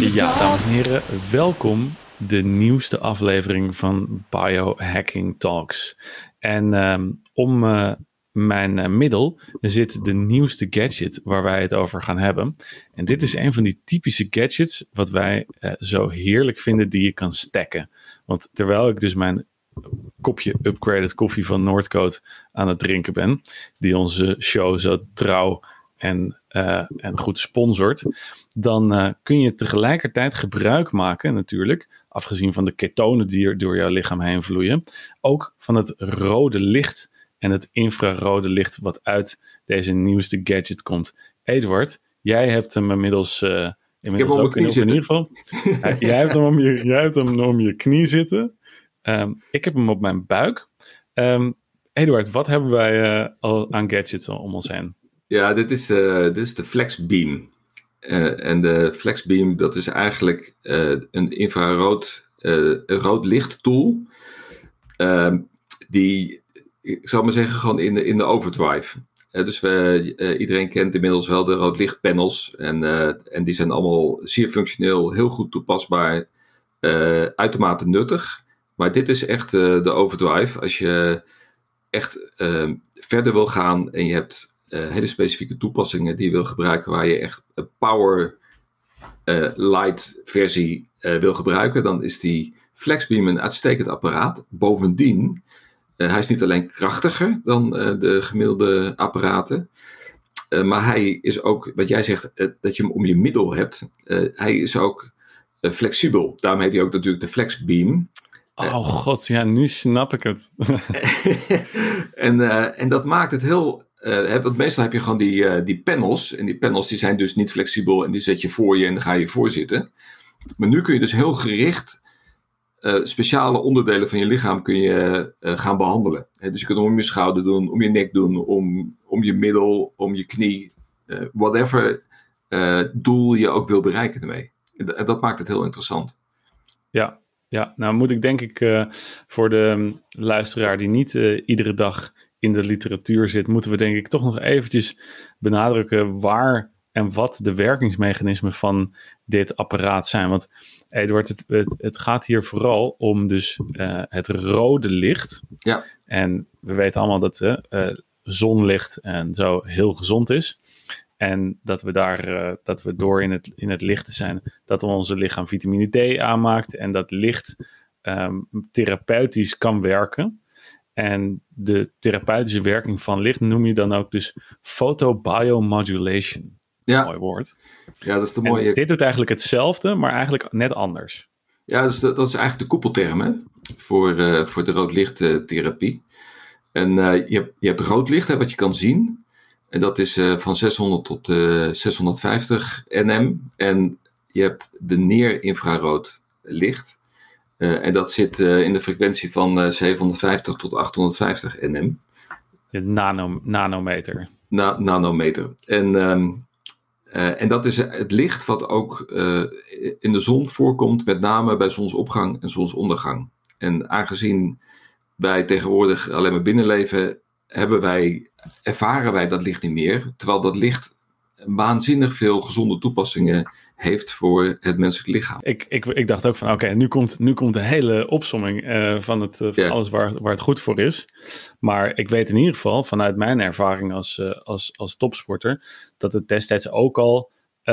Ja, dames en heren, welkom. De nieuwste aflevering van Biohacking Talks. En om mijn middel zit de nieuwste gadget waar wij het over gaan hebben. En dit is een van die typische gadgets wat wij zo heerlijk vinden die je kan stacken. Want terwijl ik dus mijn kopje upgraded koffie van Noordcoat aan het drinken ben, die onze show zo trouw en goed sponsort, dan kun je tegelijkertijd gebruik maken natuurlijk, afgezien van de ketonen die er door jouw lichaam heen vloeien, ook van het rode licht en het infrarode licht wat uit deze nieuwste gadget komt. Eduard, jij hebt hem inmiddels ook in ieder geval. Jij hebt hem om je knie zitten. Ik heb hem op mijn buik. Eduard, wat hebben wij al aan gadgets om ons heen? Ja, dit is de FlexBeam. En de FlexBeam, dat is eigenlijk een infrarood rood licht tool. Die, ik zou maar zeggen, gewoon in de overdrive. Dus iedereen kent inmiddels wel de roodlichtpanels. En die zijn allemaal zeer functioneel, heel goed toepasbaar, uitermate nuttig. Maar dit is echt de overdrive. Als je echt verder wil gaan en je hebt hele specifieke toepassingen die je wil gebruiken, waar je echt een power light versie wil gebruiken, dan is die FlexBeam een uitstekend apparaat. Bovendien, hij is niet alleen krachtiger dan de gemiddelde apparaten, maar hij is ook, wat jij zegt, dat je hem om je middel hebt, hij is ook flexibel. Daarom heet hij ook natuurlijk de FlexBeam. Oh god, ja, nu snap ik het. En dat maakt het heel. Want meestal heb je gewoon die panels. En die panels die zijn dus niet flexibel. En die zet je voor je en dan ga je voor zitten. Maar nu kun je dus heel gericht speciale onderdelen van je lichaam kun je gaan behandelen. Dus je kunt hem om je schouder doen, om je nek doen, om je middel, om je knie. Whatever doel je ook wil bereiken ermee. En dat maakt het heel interessant. Ja, nou moet ik denk ik voor de luisteraar die niet iedere dag in de literatuur zit, moeten we denk ik toch nog eventjes benadrukken waar en wat de werkingsmechanismen van dit apparaat zijn. Want Eduard, het gaat hier vooral om dus het rode licht. Ja. En we weten allemaal dat zonlicht en zo heel gezond is. En dat we door in het licht te zijn, dat onze lichaam vitamine D aanmaakt en dat licht therapeutisch kan werken. En de therapeutische werking van licht noem je dan ook dus photobiomodulation. Ja. Mooi woord. Ja, dat is de mooie. En dit doet eigenlijk hetzelfde, maar eigenlijk net anders. Ja, dat is eigenlijk de koepelterm hè? Voor de roodlichttherapie. En je hebt rood licht, hè, wat je kan zien. En dat is van 600 tot 650 nm. En je hebt de neer-infrarood licht. En dat zit in de frequentie van 750 tot 850 nm. De nanometer. Nanometer. En dat is het licht wat ook in de zon voorkomt, met name bij zonsopgang en zonsondergang. En aangezien wij tegenwoordig alleen maar binnenleven, ervaren wij dat licht niet meer. Terwijl dat licht waanzinnig veel gezonde toepassingen heeft voor het menselijk lichaam. Ik dacht ook van oké, nu komt de hele opsomming van alles waar het goed voor is. Maar ik weet in ieder geval vanuit mijn ervaring als topsporter dat het destijds ook al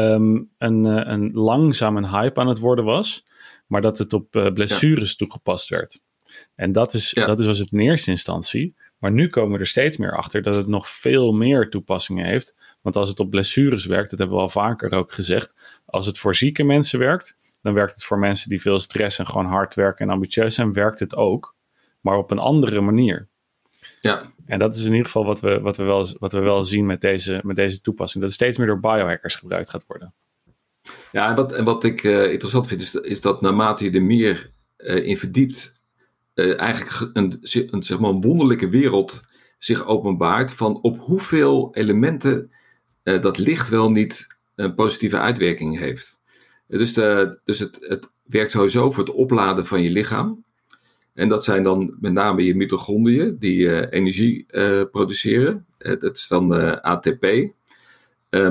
een langzaam een hype aan het worden was. Maar dat het op blessures toegepast werd. En dat was het in eerste instantie. Maar nu komen we er steeds meer achter dat het nog veel meer toepassingen heeft. Want als het op blessures werkt, dat hebben we al vaker ook gezegd. Als het voor zieke mensen werkt, dan werkt het voor mensen die veel stress en gewoon hard werken en ambitieus zijn, werkt het ook. Maar op een andere manier. Ja. En dat is in ieder geval wat we wel zien met deze toepassing. Dat het steeds meer door biohackers gebruikt gaat worden. Ja, en wat ik interessant vind, is dat naarmate je er meer in verdiept, eigenlijk een wonderlijke wereld zich openbaart van op hoeveel elementen dat licht wel niet een positieve uitwerking heeft. Dus het werkt sowieso voor het opladen van je lichaam. En dat zijn dan met name je mitochondriën die energie produceren. Dat is dan ATP.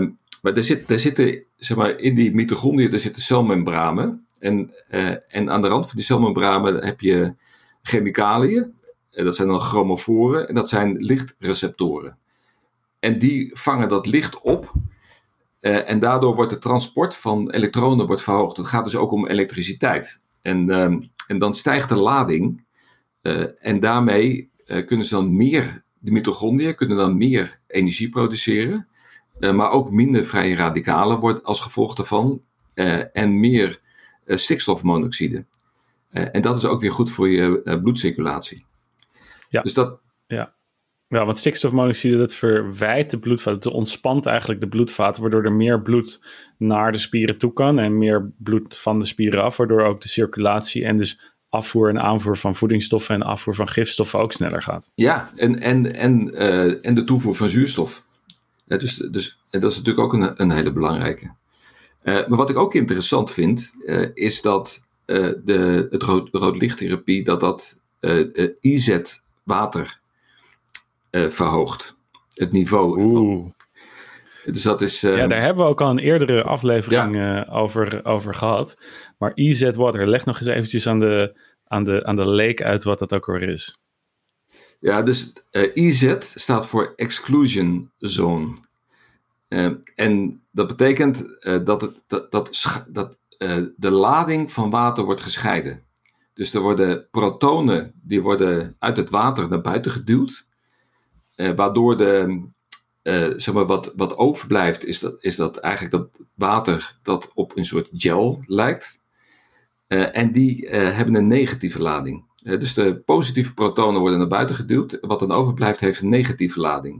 Maar er zitten, zeg maar, in die mitochondriën er zitten celmembranen. En aan de rand van die celmembranen heb je chemicaliën. Dat zijn dan chromoforen en dat zijn lichtreceptoren. En die vangen dat licht op. En daardoor wordt het transport van elektronen wordt verhoogd. Het gaat dus ook om elektriciteit. En dan stijgt de lading. En daarmee kunnen ze dan de mitochondriën kunnen dan meer energie produceren. Maar ook minder vrije radicalen wordt als gevolg daarvan. En meer stikstofmonoxide. En dat is ook weer goed voor je bloedcirculatie. Ja. Dus dat... Ja, want stikstofmonoxide, dat verwijt de bloedvaten. Het ontspant eigenlijk de bloedvaten, waardoor er meer bloed naar de spieren toe kan en meer bloed van de spieren af, waardoor ook de circulatie en dus afvoer en aanvoer van voedingsstoffen en afvoer van gifstoffen ook sneller gaat. Ja, en de toevoer van zuurstof. Dus en dat is natuurlijk ook een hele belangrijke. Maar wat ik ook interessant vind, is dat het roodlichttherapie, dat IZ-water verhoogt. Het niveau. Dus dat is... ja, daar hebben we ook al een eerdere aflevering over gehad. Maar IZ-water, leg nog eens eventjes aan de leek uit wat dat ook weer is. Ja, dus IZ staat voor Exclusion Zone. En dat betekent dat de lading van water wordt gescheiden. Dus er worden protonen die worden uit het water naar buiten geduwd. Waardoor zeg maar wat overblijft is dat eigenlijk dat water dat op een soort gel lijkt. En die hebben een negatieve lading. Dus de positieve protonen worden naar buiten geduwd. Wat dan overblijft heeft een negatieve lading.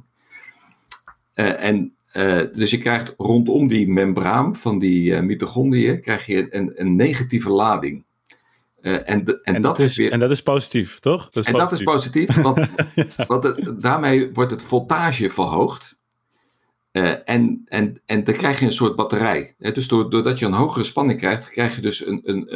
Dus je krijgt rondom die membraan van die mitochondriën krijg je een negatieve lading. En dat is positief, toch? Dat is positief, want daarmee wordt het voltage verhoogd. En dan krijg je een soort batterij. Dus doordat je een hogere spanning krijgt, krijg je dus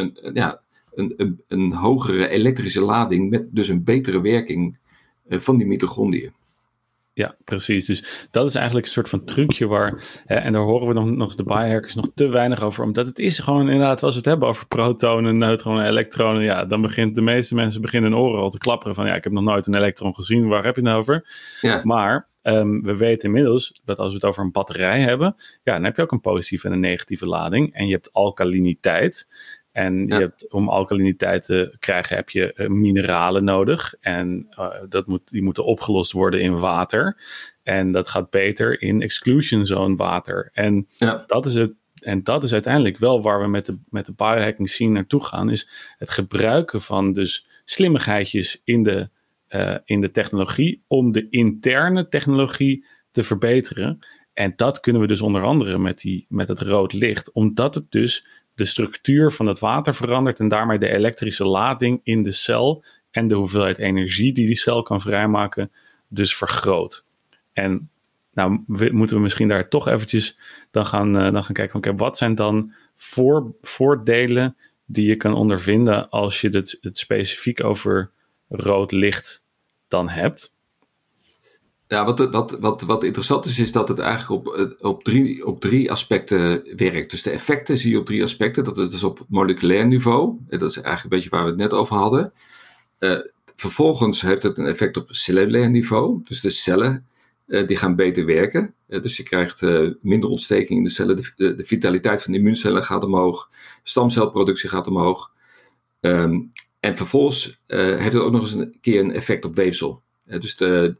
een hogere elektrische lading met dus een betere werking van die mitochondriën. Ja, precies. Dus dat is eigenlijk een soort van trucje en daar horen we nog de biohackers nog te weinig over, omdat het is gewoon inderdaad, als we het hebben over protonen, neutronen, elektronen, ja, dan de meeste mensen beginnen hun oren al te klapperen van, ja, ik heb nog nooit een elektron gezien, waar heb je het over? Ja. Maar we weten inmiddels dat als we het over een batterij hebben, ja, dan heb je ook een positieve en een negatieve lading en je hebt alkaliniteit. En je hebt, om alkaliniteit te krijgen heb je mineralen nodig. En die moeten opgelost worden in water. En dat gaat beter in exclusion zone water. En dat is het. En dat is uiteindelijk wel waar we met de biohacking scene naartoe gaan. Is het gebruiken van dus slimmigheidjes in de technologie. Om de interne technologie te verbeteren. En dat kunnen we dus onder andere met het rood licht. Omdat het dus de structuur van het water verandert en daarmee de elektrische lading in de cel en de hoeveelheid energie die cel kan vrijmaken, dus vergroot. En nou moeten we misschien daar toch eventjes dan gaan kijken van, wat zijn dan voordelen die je kan ondervinden als je het specifiek over rood licht dan hebt? Ja, wat interessant is dat het eigenlijk op drie aspecten werkt. Dus de effecten zie je op 3 aspecten. Dat is op moleculair niveau. Dat is eigenlijk een beetje waar we het net over hadden. Vervolgens heeft het een effect op cellulair niveau. Dus de cellen die gaan beter werken. Dus je krijgt minder ontsteking in de cellen. De vitaliteit van de immuuncellen gaat omhoog. Stamcelproductie gaat omhoog. En vervolgens heeft het ook nog eens een keer een effect op weefsel. Dus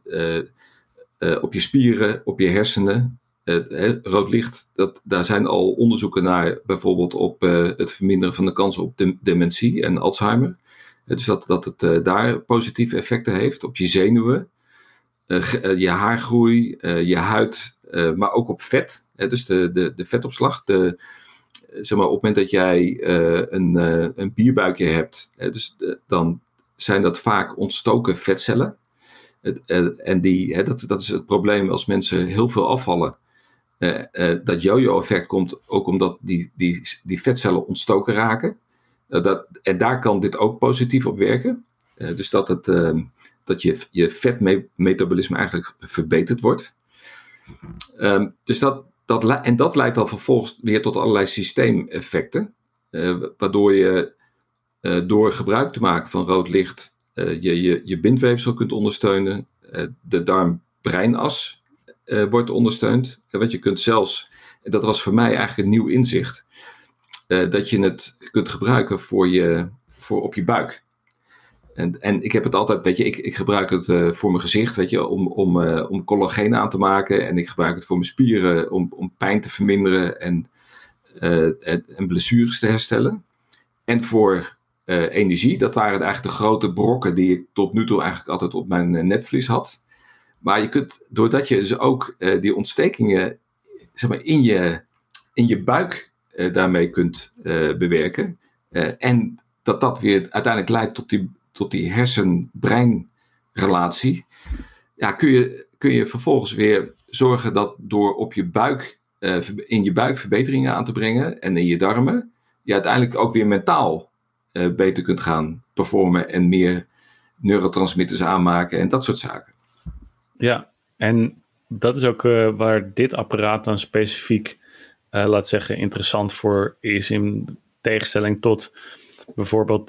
op je spieren, op je hersenen. Rood licht, daar zijn al onderzoeken naar, bijvoorbeeld op het verminderen van de kans op dementie en Alzheimer. Dus dat het daar positieve effecten heeft op je zenuwen, je haargroei, je huid, maar ook op vet. Dus de vetopslag. Zeg maar, op het moment dat jij een bierbuikje hebt, dan zijn dat vaak ontstoken vetcellen. En dat is het probleem als mensen heel veel afvallen. Dat yo-yo-effect komt ook omdat die vetcellen ontstoken raken. En daar kan dit ook positief op werken. Dus dat je vetmetabolisme eigenlijk verbeterd wordt. Dus dat dat leidt dan vervolgens weer tot allerlei systeemeffecten. Waardoor je door gebruik te maken van rood licht je bindweefsel kunt ondersteunen. De darm-breinas wordt ondersteund. Want je kunt zelfs, dat was voor mij eigenlijk een nieuw inzicht, dat je het kunt gebruiken voor op je buik. En ik heb het altijd, weet je, ik gebruik het voor mijn gezicht, weet je, om collageen aan te maken. En ik gebruik het voor mijn spieren om pijn te verminderen en blessures te herstellen. En voor energie, dat waren eigenlijk de grote brokken die ik tot nu toe eigenlijk altijd op mijn netvlies had. Maar je kunt, doordat je dus ook die ontstekingen, zeg maar, in je buik daarmee kunt bewerken. En dat weer uiteindelijk leidt tot die hersen-brein-relatie. Ja, kun je vervolgens weer zorgen dat door op je buik, in je buik verbeteringen aan te brengen en in je darmen, je uiteindelijk ook weer mentaal beter kunt gaan performen en meer neurotransmitters aanmaken en dat soort zaken. Ja, en dat is ook waar dit apparaat dan specifiek, laat zeggen, interessant voor is, in tegenstelling tot bijvoorbeeld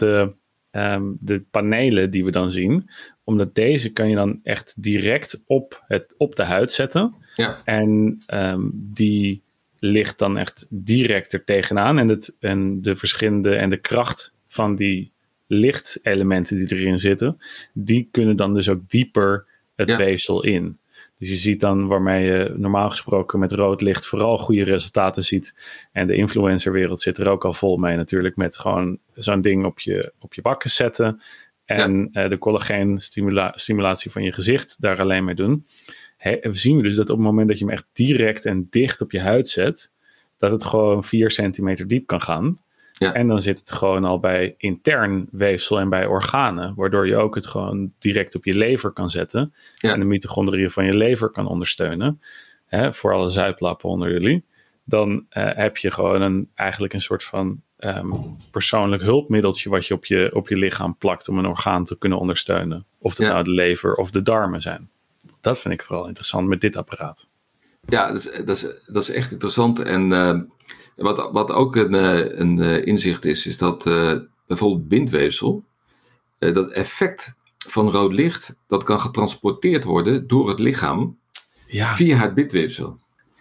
de panelen die we dan zien. Omdat deze kan je dan echt direct op de huid zetten. Ja. En die ligt dan echt direct er tegenaan. En de verschillende en de kracht van die lichtelementen die erin zitten, die kunnen dan dus ook dieper het weefsel in. Dus je ziet dan waarmee je normaal gesproken met rood licht vooral goede resultaten ziet. En de influencerwereld zit er ook al vol mee natuurlijk, met gewoon zo'n ding op je bakken zetten. En de collageenstimulatie van je gezicht daar alleen mee doen. Zien we dus dat op het moment dat je hem echt direct en dicht op je huid zet, dat het gewoon 4 centimeter diep kan gaan. Ja. En dan zit het gewoon al bij intern weefsel en bij organen, waardoor je ook het gewoon direct op je lever kan zetten. Ja. En de mitochondriën van je lever kan ondersteunen. Voor alle zuidlappen onder jullie. Dan heb je gewoon eigenlijk een soort van persoonlijk hulpmiddeltje wat je op je lichaam plakt om een orgaan te kunnen ondersteunen. Of het nou de lever of de darmen zijn. Dat vind ik vooral interessant met dit apparaat. Ja, dat is echt interessant. En wat ook een inzicht is dat bijvoorbeeld bindweefsel, dat effect van rood licht, dat kan getransporteerd worden door het lichaam via het bindweefsel.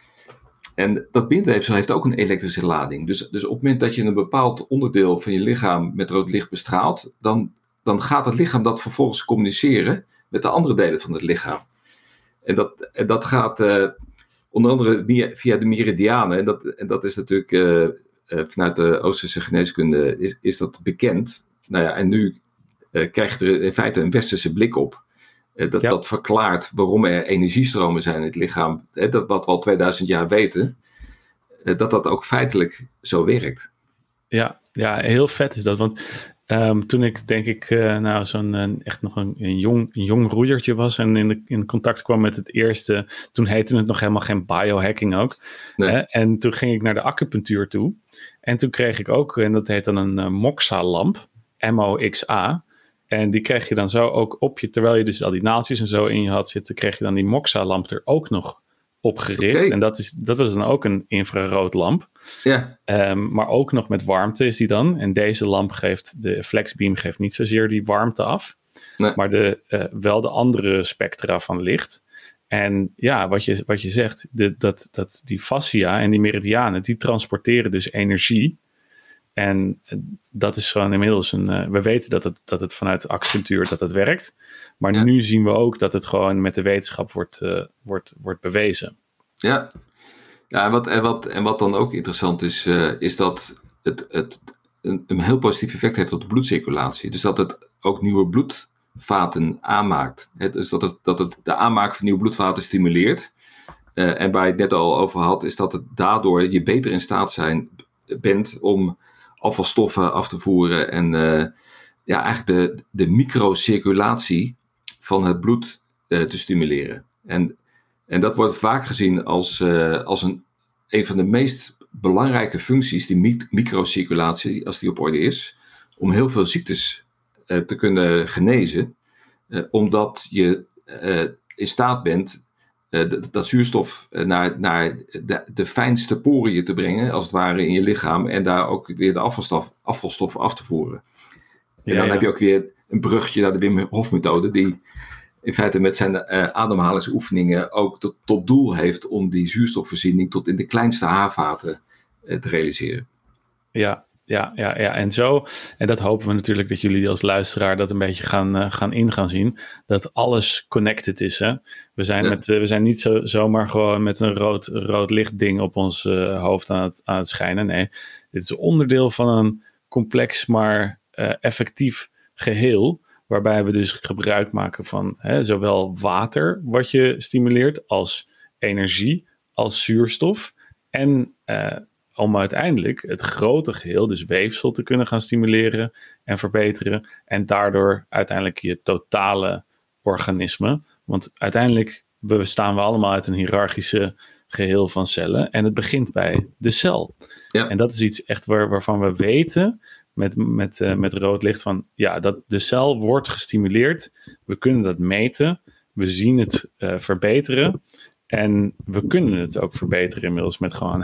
En dat bindweefsel heeft ook een elektrische lading. Dus op het moment dat je een bepaald onderdeel van je lichaam met rood licht bestraalt, dan gaat het lichaam dat vervolgens communiceren met de andere delen van het lichaam. En dat gaat onder andere via de meridianen. En dat is natuurlijk vanuit de Oosterse geneeskunde is dat bekend. Nou ja, en nu krijg je er in feite een westerse blik op. Dat verklaart waarom er energiestromen zijn in het lichaam. Dat wat we al 2000 jaar weten. Dat ook feitelijk zo werkt. Ja, heel vet is dat. Want toen ik denk ik echt nog een jong roeiertje was en in contact kwam met het eerste, toen heette het nog helemaal geen biohacking ook. Nee. En toen ging ik naar de acupunctuur toe. En toen kreeg ik ook, en dat heet dan een Moxa-lamp, MOXA. En die kreeg je dan zo ook op je, terwijl je dus al die naaldjes en zo in je had zitten, kreeg je dan die Moxa-lamp er ook nog opgericht. Okay. En dat was dan ook een infraroodlamp. Ja. Maar ook nog met warmte is die dan. En deze lamp de Flexbeam geeft niet zozeer die warmte af. Nee. Maar wel de andere spectra van licht. En ja, wat je zegt, dat die fascia en die meridianen, die transporteren dus energie. En dat is gewoon inmiddels we weten dat het vanuit de acupunctuur dat het werkt. Maar nu zien we ook dat het gewoon met de wetenschap wordt bewezen. Ja, en wat dan ook interessant is dat het een heel positief effect heeft op de bloedcirculatie. Dus dat het ook nieuwe bloedvaten aanmaakt. Dus dat het de aanmaak van nieuwe bloedvaten stimuleert. En waar je het net al over had, is dat het daardoor je beter in staat bent om afvalstoffen af te voeren en eigenlijk de microcirculatie van het bloed te stimuleren. En dat wordt vaak gezien als een van de meest belangrijke functies, die microcirculatie, als die op orde is, om heel veel ziektes te kunnen genezen, omdat je in staat bent dat zuurstof naar de fijnste poriën te brengen, als het ware, in je lichaam. En daar ook weer de afvalstoffen af te voeren. En dan heb je ook weer een bruggetje naar de Wim Hof methode, die in feite met zijn ademhalingsoefeningen ook tot doel heeft om die zuurstofvoorziening tot in de kleinste haarvaten te realiseren. Ja. En dat hopen we natuurlijk dat jullie als luisteraar dat een beetje gaan zien. Dat alles connected is. Hè? We zijn niet zomaar gewoon met een rood lichtding op ons hoofd aan het schijnen. Nee, dit is onderdeel van een complex maar effectief geheel. Waarbij we dus gebruik maken van zowel water wat je stimuleert als energie, als zuurstof. En om uiteindelijk het grote geheel, dus weefsel, te kunnen gaan stimuleren en verbeteren. En daardoor uiteindelijk je totale organisme. Want uiteindelijk bestaan we allemaal uit een hiërarchische geheel van cellen. En het begint bij de cel. Ja. En dat is iets echt waarvan we weten met rood licht van dat de cel wordt gestimuleerd. We kunnen dat meten. We zien het verbeteren. En we kunnen het ook verbeteren inmiddels met gewoon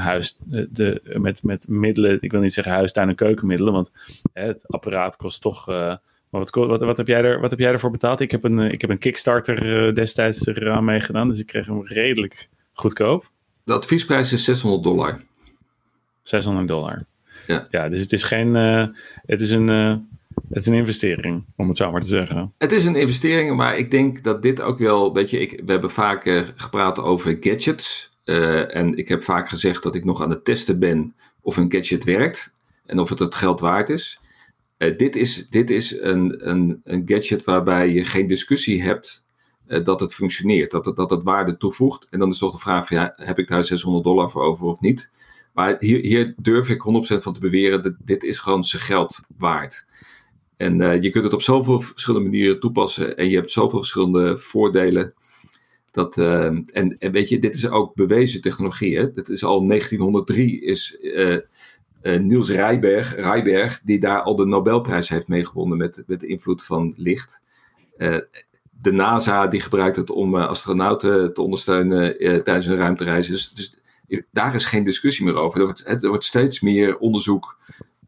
met middelen. Ik wil niet zeggen huistuin- en keukenmiddelen, want het apparaat kost toch. Wat heb jij ervoor betaald? Ik heb een Kickstarter destijds eraan meegedaan, dus ik kreeg hem redelijk goedkoop. De adviesprijs is $600. $600. Ja, dus het is het is een investering, om het zo maar te zeggen. Het is een investering, maar ik denk dat dit ook wel, we hebben vaak gepraat over gadgets. En ik heb vaak gezegd dat ik nog aan het testen ben of een gadget werkt en of het geld waard is. Dit is een gadget waarbij je geen discussie hebt dat het functioneert, dat het waarde toevoegt. En dan is toch de vraag van, heb ik daar $600 voor over of niet? Maar hier durf ik 100% van te beweren dat dit is gewoon zijn geld waard. En je kunt het op zoveel verschillende manieren toepassen. En je hebt zoveel verschillende voordelen. En weet je, dit is ook bewezen technologie. Hè? Het is al 1903 is Niels Rijberg, die daar al de Nobelprijs heeft meegewonnen met de invloed van licht. De NASA die gebruikt het om astronauten te ondersteunen tijdens hun ruimtereizen. Dus daar is geen discussie meer over. Er wordt steeds meer onderzoek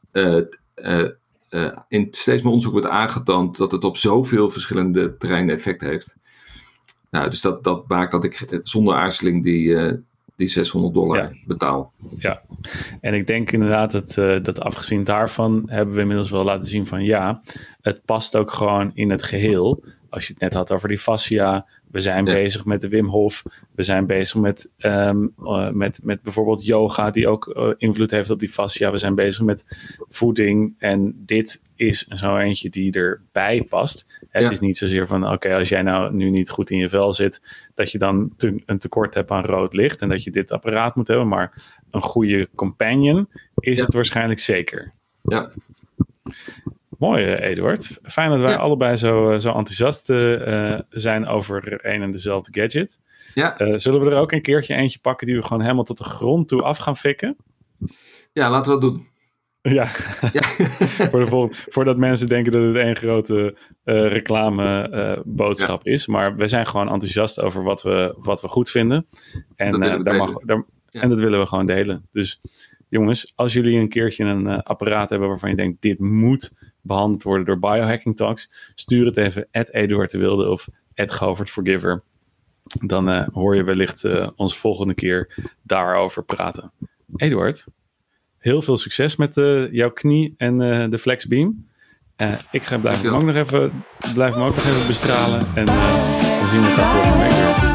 in steeds meer onderzoek wordt aangetoond dat het op zoveel verschillende terreinen effect heeft. Nou, dus dat maakt dat ik zonder aarzeling die $600 betaal. Ja, en ik denk inderdaad dat afgezien daarvan hebben we inmiddels wel laten zien van het past ook gewoon in het geheel. Als je het net had over die fascia, we zijn bezig met de Wim Hof, we zijn bezig met bijvoorbeeld yoga die ook invloed heeft op die fascia, we zijn bezig met voeding en dit is zo eentje die erbij past. Het is niet zozeer van als jij nou nu niet goed in je vel zit, dat je dan een tekort hebt aan rood licht en dat je dit apparaat moet hebben, maar een goede companion is het waarschijnlijk zeker. Ja. Mooi, Eduard. Fijn dat wij allebei zo enthousiast zijn over een en dezelfde gadget. Ja. Zullen we er ook een keertje eentje pakken die we gewoon helemaal tot de grond toe af gaan fikken? Ja, laten we dat doen. Ja, voordat mensen denken dat het één grote reclameboodschap is. Maar we zijn gewoon enthousiast over wat we goed vinden. En dat willen we gewoon delen. Dus jongens, als jullie een keertje een apparaat hebben waarvan je denkt, dit moet behandeld worden door Biohacking Talks, stuur het even @Eduard de Wilde of @GovertForgiver. Dan hoor je wellicht ons volgende keer daarover praten. Eduard, heel veel succes met jouw knie en de Flexbeam. Ik blijf hem ook nog even bestralen en we zien elkaar volgende week weer.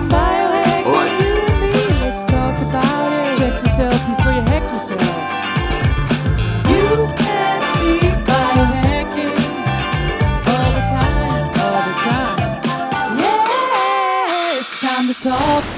Talk.